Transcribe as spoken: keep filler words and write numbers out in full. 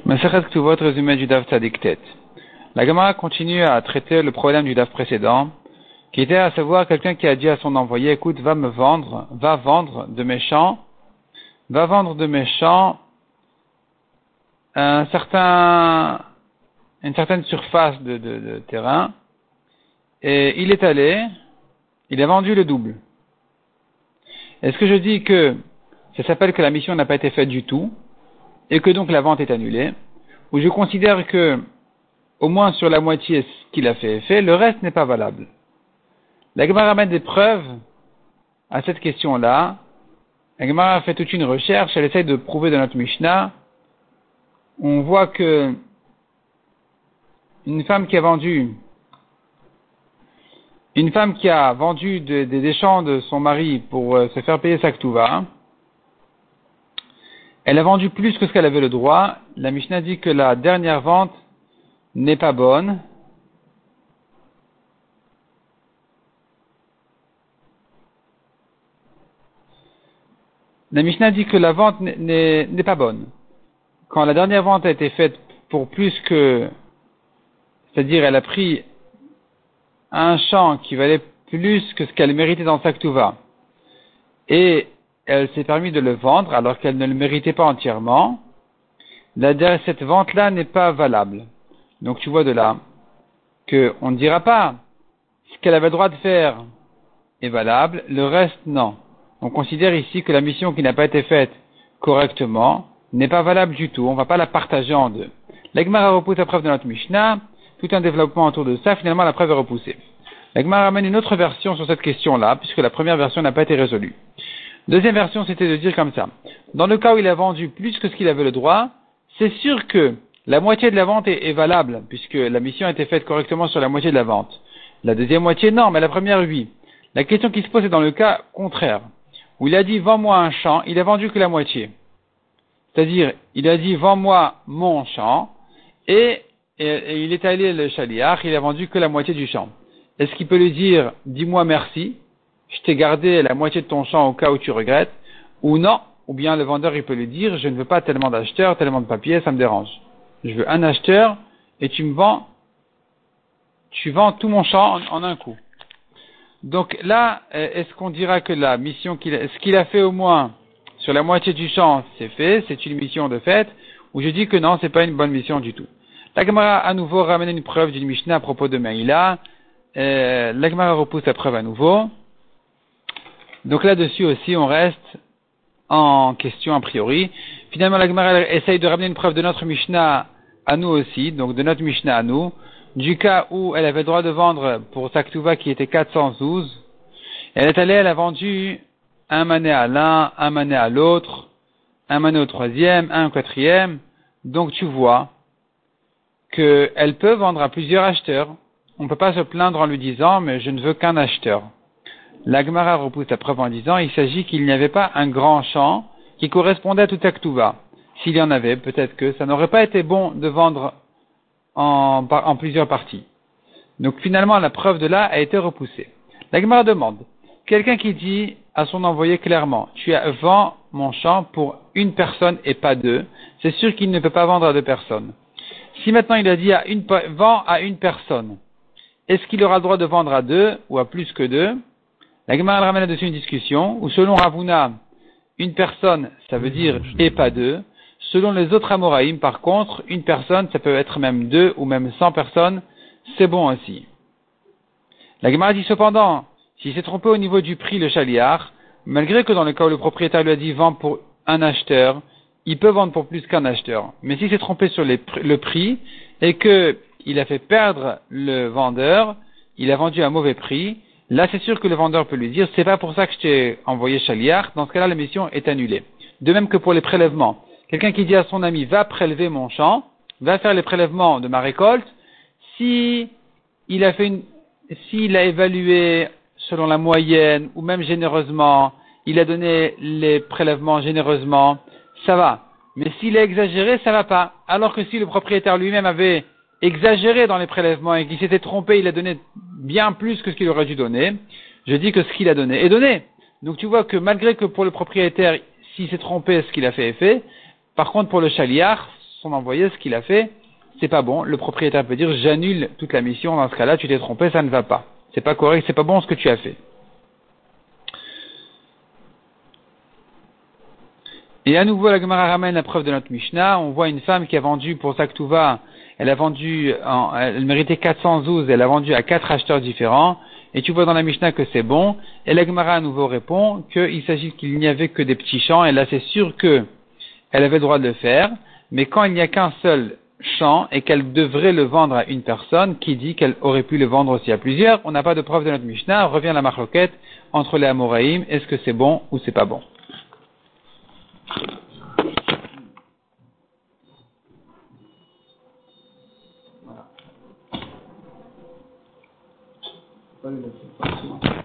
Masechet Ktuvot, résumé du Daf Tzadik Tet. La Gemara continue à traiter le problème du Daf précédent, qui était à savoir quelqu'un qui a dit à son envoyé, écoute, va me vendre, va vendre de mes champs, va vendre de mes champs un certain, une certaine surface de, de, de terrain, et il est allé, il a vendu le double. Est-ce que je dis que ça s'appelle que la mission n'a pas été faite du tout, et que donc la vente est annulée, ou je considère que, au moins sur la moitié ce qu'il a fait est fait, le reste n'est pas valable. La Gemara amène des preuves à cette question-là. La Gemara a fait toute une recherche, elle essaie de prouver dans notre Mishnah. On voit que une femme qui a vendu, une femme qui a vendu des de, de champs de son mari pour euh, se faire payer sa ktuva, elle a vendu plus que ce qu'elle avait le droit. La Mishnah dit que la dernière vente n'est pas bonne. La Mishnah dit que la vente n'est, n'est pas bonne. Quand la dernière vente a été faite pour plus que, c'est-à-dire elle a pris un champ qui valait plus que ce qu'elle méritait dans sa ktuva, et elle s'est permis de le vendre alors qu'elle ne le méritait pas entièrement, la, cette vente-là n'est pas valable. Donc tu vois de là qu'on ne dira pas ce qu'elle avait le droit de faire est valable, le reste non. On considère ici que la mission qui n'a pas été faite correctement n'est pas valable du tout, on ne va pas la partager en deux. La Gemara repousse la preuve de notre Mishnah, tout un développement autour de ça, finalement la preuve est repoussée. La Gemara ramène une autre version sur cette question-là, puisque la première version n'a pas été résolue. Deuxième version, c'était de dire comme ça. Dans le cas où il a vendu plus que ce qu'il avait le droit, c'est sûr que la moitié de la vente est, est valable, puisque la mission a été faite correctement sur la moitié de la vente. La deuxième moitié, non, mais la première, oui. La question qui se pose est dans le cas contraire, où il a dit, vends-moi un champ, il a vendu que la moitié. C'est-à-dire, il a dit, vends-moi mon champ, et, et, et il est allé le chaliach, il a vendu que la moitié du champ. Est-ce qu'il peut lui dire, dis-moi merci, je t'ai gardé la moitié de ton champ au cas où tu regrettes, ou non, ou bien le vendeur il peut lui dire, je ne veux pas tellement d'acheteurs, tellement de papier, ça me dérange. Je veux un acheteur, et tu me vends, tu vends tout mon champ en, en un coup. Donc là, est-ce qu'on dira que la mission qu'il a, ce qu'il a fait au moins sur la moitié du champ, c'est fait, c'est une mission de fait, ou je dis que non, c'est pas une bonne mission du tout. La Gemara à nouveau ramène une preuve d'une Mishnah à propos de Maïla. Euh, la Gemara repousse la preuve à nouveau. Donc là-dessus aussi, on reste en question a priori. Finalement, la Gemara essaye de ramener une preuve de notre Mishnah à nous aussi, donc de notre Mishnah à nous, du cas où elle avait le droit de vendre pour sa ktuva qui était quatre cent douze. Elle est allée, elle a vendu un mané à l'un, un mané à l'autre, un mané au troisième, un au quatrième. Donc tu vois qu'elle peut vendre à plusieurs acheteurs. On ne peut pas se plaindre en lui disant, mais je ne veux qu'un acheteur. La Gemara repousse la preuve en disant, il s'agit qu'il n'y avait pas un grand champ qui correspondait à toute la ktuva. S'il y en avait, peut-être que ça n'aurait pas été bon de vendre en, en plusieurs parties. Donc finalement, la preuve de là a été repoussée. La Gemara demande, quelqu'un qui dit à son envoyé clairement, tu as vends mon champ pour une personne et pas deux, c'est sûr qu'il ne peut pas vendre à deux personnes. Si maintenant il a dit à une, vends à une personne, est-ce qu'il aura le droit de vendre à deux ou à plus que deux? La Gemara ramène là-dessus une discussion où selon Ravuna, une personne, ça veut dire et pas deux. Selon les autres Amoraïm, par contre, une personne, ça peut être même deux ou même cent personnes, c'est bon aussi. La Gemara dit cependant, s'il s'est trompé au niveau du prix, le chaliar, malgré que dans le cas où le propriétaire lui a dit vends pour un acheteur, il peut vendre pour plus qu'un acheteur. Mais s'il s'est trompé sur les, le prix et que il a fait perdre le vendeur, il a vendu à un mauvais prix, là, c'est sûr que le vendeur peut lui dire, c'est pas pour ça que je t'ai envoyé chaliar, dans ce cas-là, la mission est annulée. De même que pour les prélèvements. Quelqu'un qui dit à son ami, va prélever mon champ, va faire les prélèvements de ma récolte, si il a fait une, s'il a évalué selon la moyenne, ou même généreusement, il a donné les prélèvements généreusement, ça va. Mais s'il a exagéré, ça va pas. Alors que si le propriétaire lui-même avait exagéré dans les prélèvements et qu'il s'était trompé, il a donné bien plus que ce qu'il aurait dû donner, je dis que ce qu'il a donné est donné. Donc tu vois que malgré que pour le propriétaire, s'il s'est trompé, ce qu'il a fait est fait, par contre pour le chaliar, son envoyé, ce qu'il a fait, c'est pas bon. Le propriétaire peut dire, j'annule toute la mission, dans ce cas-là, tu t'es trompé, ça ne va pas. C'est pas correct, c'est pas bon ce que tu as fait. Et à nouveau, la Gemara ramène la preuve de notre Mishnah. On voit une femme qui a vendu pour sa Ktuva, elle a vendu, en, elle méritait quatre cents zouz, elle a vendu à quatre acheteurs différents. Et tu vois dans la Mishnah que c'est bon. Et la Gemara à nouveau répond qu'il s'agit qu'il n'y avait que des petits champs. Et là, c'est sûr que elle avait le droit de le faire. Mais quand il n'y a qu'un seul champ et qu'elle devrait le vendre à une personne, qui dit qu'elle aurait pu le vendre aussi à plusieurs, on n'a pas de preuve de notre Mishnah. Revient la marloquette entre les Amoraïm. Est-ce que c'est bon ou c'est pas bon? Voilà.